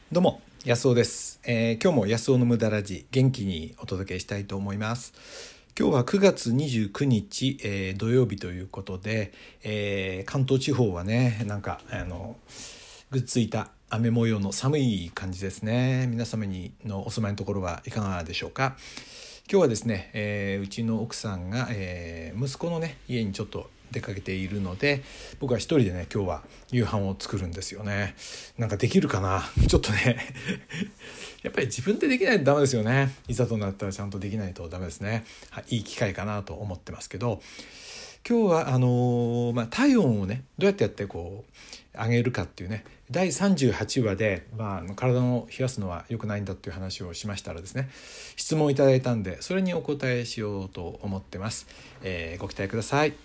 どうも安尾です、今日も安尾の無駄ラジ元気にお届けしたいと思います。今日は9月29日、土曜日ということで、関東地方はねなんかぐっついた雨模様の寒い感じですね。皆様のお住まいのところはいかがでしょうか。今日はですね、うちの奥さんが、息子のね家にちょっと出かけているので、僕は一人でね今日は夕飯を作るんですよね。なんかできるかなちょっとねやっぱり自分でできないとダメですよね。いざとなったらちゃんとできないとダメですね。いい機会かなと思ってますけど、今日は体温をねどうやってやって上げるかっていうね、第38話で、体を冷やすのは良くないんだっていう話をしましたらですね、質問いただいたんでそれにお答えしようと思ってます。ご期待ください。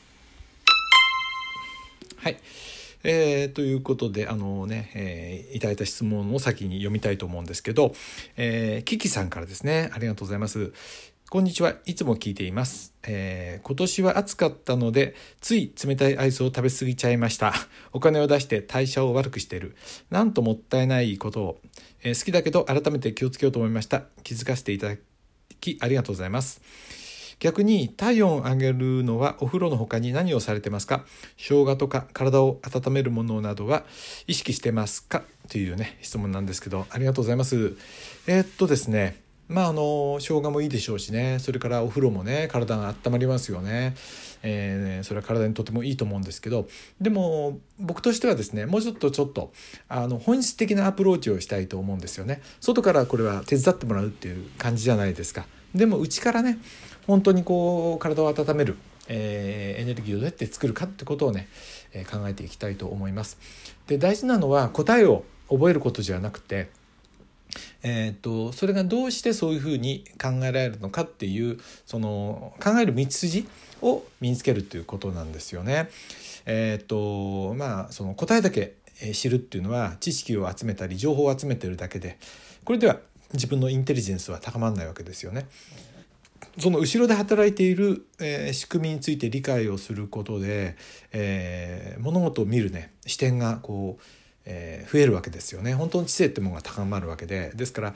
はい、ということでいただいた質問を先に読みたいと思うんですけど、キキさんからですね、ありがとうございます。こんにちは、いつも聞いています。今年は暑かったのでつい冷たいアイスを食べ過ぎちゃいました。お金を出して代謝を悪くしている。なんともったいないことを、好きだけど改めて気をつけようと思いました。気づかせていただきありがとうございます。逆に体温を上げるのはお風呂の他に何をされてますか？生姜とか体を温めるものなどは意識してますか？というね質問なんですけど、ありがとうございます。ですね、生姜もいいでしょうしね、それからお風呂もね体が温まりますよね。それは体にとてもいいと思うんですけど、でも僕としてはですね、もうちょっと本質的なアプローチをしたいと思うんですよね。外からこれは手伝ってもらうっていう感じじゃないですか。でも内からね本当に体を温める、エネルギーをどうやって作るかってことをね、考えていきたいと思います。で、大事なのは答えを覚えることじゃなくて、それがどうしてそういうふうに考えられるのかっていうその考える道筋を身につけるということなんですよね。その答えだけ知るっていうのは知識を集めたり情報を集めてるだけで、これでは自分のインテリジェンスは高まらないわけですよね。その後ろで働いている、仕組みについて理解をすることで、物事を見るね視点が増えるわけですよね。本当の知性ってものが高まるわけで、ですから、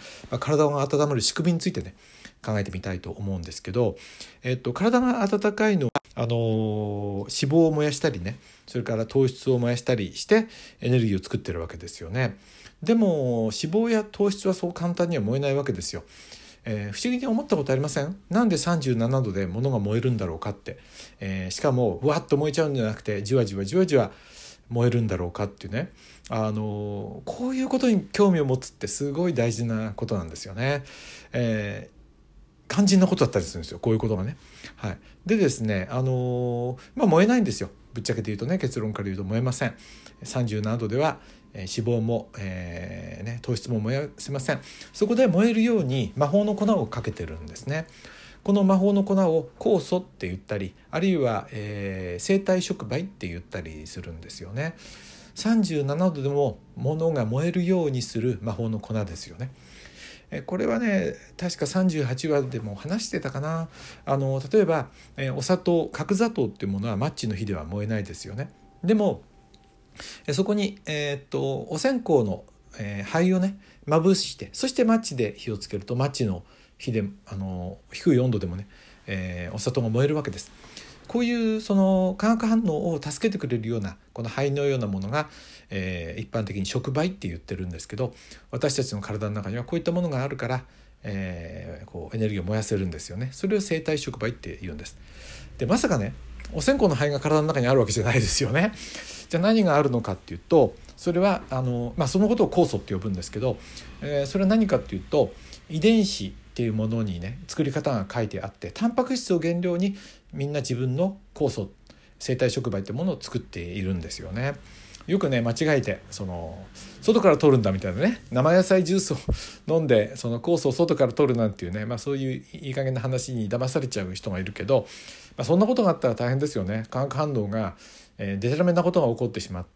体が温まる仕組みについてね考えてみたいと思うんですけど、体が温かいのは脂肪を燃やしたりね、それから糖質を燃やしたりしてエネルギーを作ってるわけですよね。でも脂肪や糖質はそう簡単には燃えないわけですよ。不思議に思ったことありません？なんで37度で物が燃えるんだろうかって、しかもわっと燃えちゃうんじゃなくてじわじわじわじわ燃えるんだろうかっていうね、こういうことに興味を持つってすごい大事なことなんですよね。肝心なことだったりするんですよ、こういうことがね。はい、でですね、燃えないんですよ。ぶっちゃけて言うとね、結論から言うと燃えません。37度では脂肪も、糖質も燃やせません。そこで燃えるように魔法の粉をかけてるんですね。この魔法の粉を酵素って言ったり、あるいは、生体触媒って言ったりするんですよね。37度でも物が燃えるようにする魔法の粉ですよね。これはね確か38話でも話してたかな。例えば、お砂糖、角砂糖っていうものはマッチの火では燃えないですよね。でもそこに、お線香の、灰をねまぶして、そしてマッチで火をつけるとマッチの火で低い温度でもね、お砂糖が燃えるわけです。こういうその化学反応を助けてくれるようなこの灰のようなものが、一般的に触媒って言ってるんですけど、私たちの体の中にはこういったものがあるから、エネルギーを燃やせるんですよね。それを生体触媒って言うんです。でまさかねお線香の灰が体の中にあるわけじゃないですよね。じゃあ何があるのかっていうと、それはそのことを酵素って呼ぶんですけど、それは何かっていうと遺伝子っていうものにね作り方が書いてあって、タンパク質を原料にみんな自分の酵素、生体触媒ってものを作っているんですよね。よくね間違えて外から取るんだみたいなね、生野菜ジュースを飲んでその酵素を外から取るなんていうね、そういういい加減な話に騙されちゃう人がいるけど、そんなことがあったら大変ですよね。化学反応がデタラメなことが起こってしまって、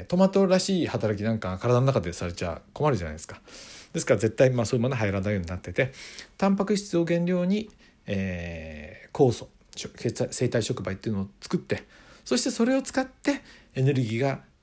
トマトらしい働きなんか体の中でされちゃ困るじゃないですか。ですから絶対そういうものは入らないようになってて、タンパク質を原料に、酵素、生体触媒っていうのを作って、そしてそれを使ってエネルギーが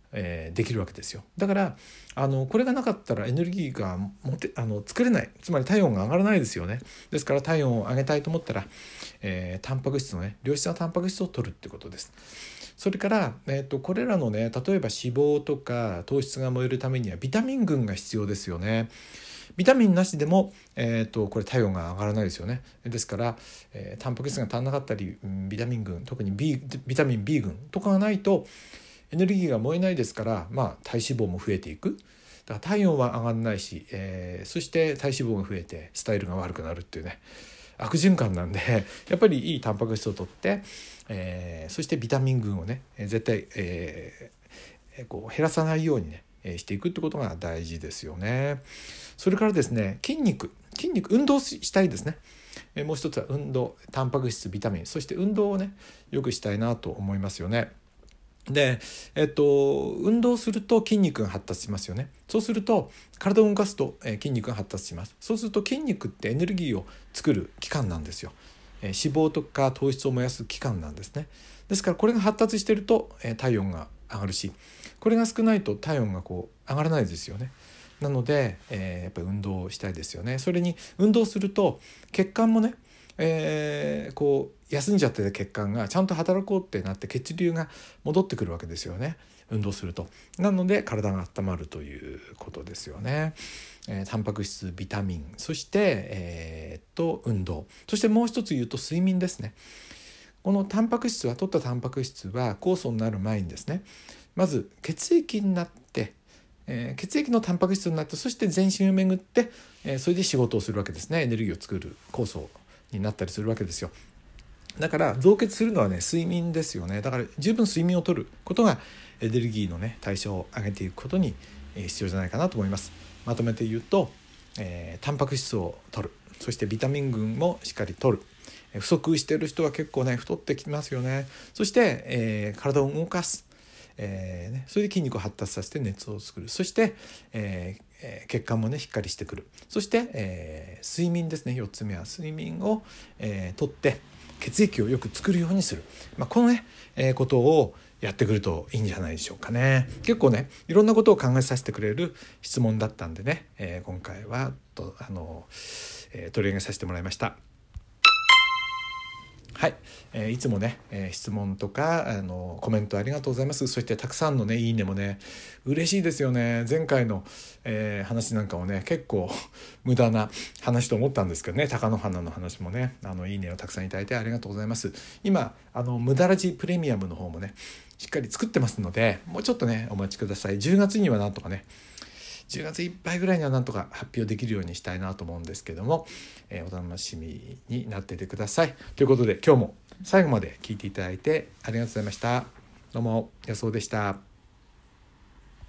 できるわけですよ。だからこれがなかったらエネルギーが作れない、つまり体温が上がらないですよね。ですから体温を上げたいと思ったら、タンパク質のね、良質なタンパク質を摂るってことです。それから、これらのね、例えば脂肪とか糖質が燃えるためにはビタミン群が必要ですよね。ビタミンなしでも、これ体温が上がらないですよね。ですから、タンパク質が足んなかったり、ビタミン群、特にビタミン B 群とかがないとエネルギーが燃えないですから、体脂肪も増えていく。だから体温は上がらないし、そして体脂肪が増えてスタイルが悪くなるっていうね、悪循環なんでやっぱりいいタンパク質を取って、そしてビタミン群をね絶対、減らさないようにねしていくってことが大事ですよね。それからですね、筋肉運動したいですね。もう一つは運動、タンパク質、ビタミン、そして運動をねよくしたいなと思いますよね。で、運動すると筋肉が発達しますよね。そうすると体を動かすと、筋肉が発達します。そうすると筋肉ってエネルギーを作る器官なんですよ。脂肪とか糖質を燃やす器官なんですね。ですからこれが発達していると、体温が上がるし、これが少ないと体温が上がらないですよね。なので、やっぱり運動をしたいですよね。それに運動すると血管もね、休んじゃってた血管がちゃんと働こうってなって血流が戻ってくるわけですよね、運動すると。なので体が温まるということですよね。タンパク質、ビタミン、そして、運動、そしてもう一つ言うと睡眠ですね。このタンパク質は、取ったタンパク質は酵素になる前にですね、まず血液になって、血液のタンパク質になって、そして全身を巡って、それで仕事をするわけですね。エネルギーを作る酵素になったりするわけですよ。だから増血するのはね、睡眠ですよね。だから十分睡眠をとることがエネルギーのね代謝を上げていくことに必要じゃないかなと思います。まとめて言うと、タンパク質をとる、そしてビタミン群もしっかりとる。不足している人は結構ね太ってきますよね。そして、体を動かす、それで筋肉を発達させて熱を作る。そして、血管もねしっかりしてくる。そして、睡眠ですね。4つ目は睡眠を、とって血液をよく作るようにする。このね、ことをやってくるといいんじゃないでしょうかね。結構ねいろんなことを考えさせてくれる質問だったんでね、今回は取り上げさせてもらいました。はい、いつもね、質問とかコメントありがとうございます。そしてたくさんのねいいねもね嬉しいですよね。前回の、話なんかもね結構無駄な話と思ったんですけどね、貴乃花の話もねいいねをたくさんいただいてありがとうございます。今無駄ラジプレミアムの方もねしっかり作ってますので、もうちょっとねお待ちください。10月にはなんとかね、10月いっぱいぐらいにはなんとか発表できるようにしたいなと思うんですけども、お楽しみになっていてください。ということで今日も最後まで聞いていただいてありがとうございました。どうも安尾でした。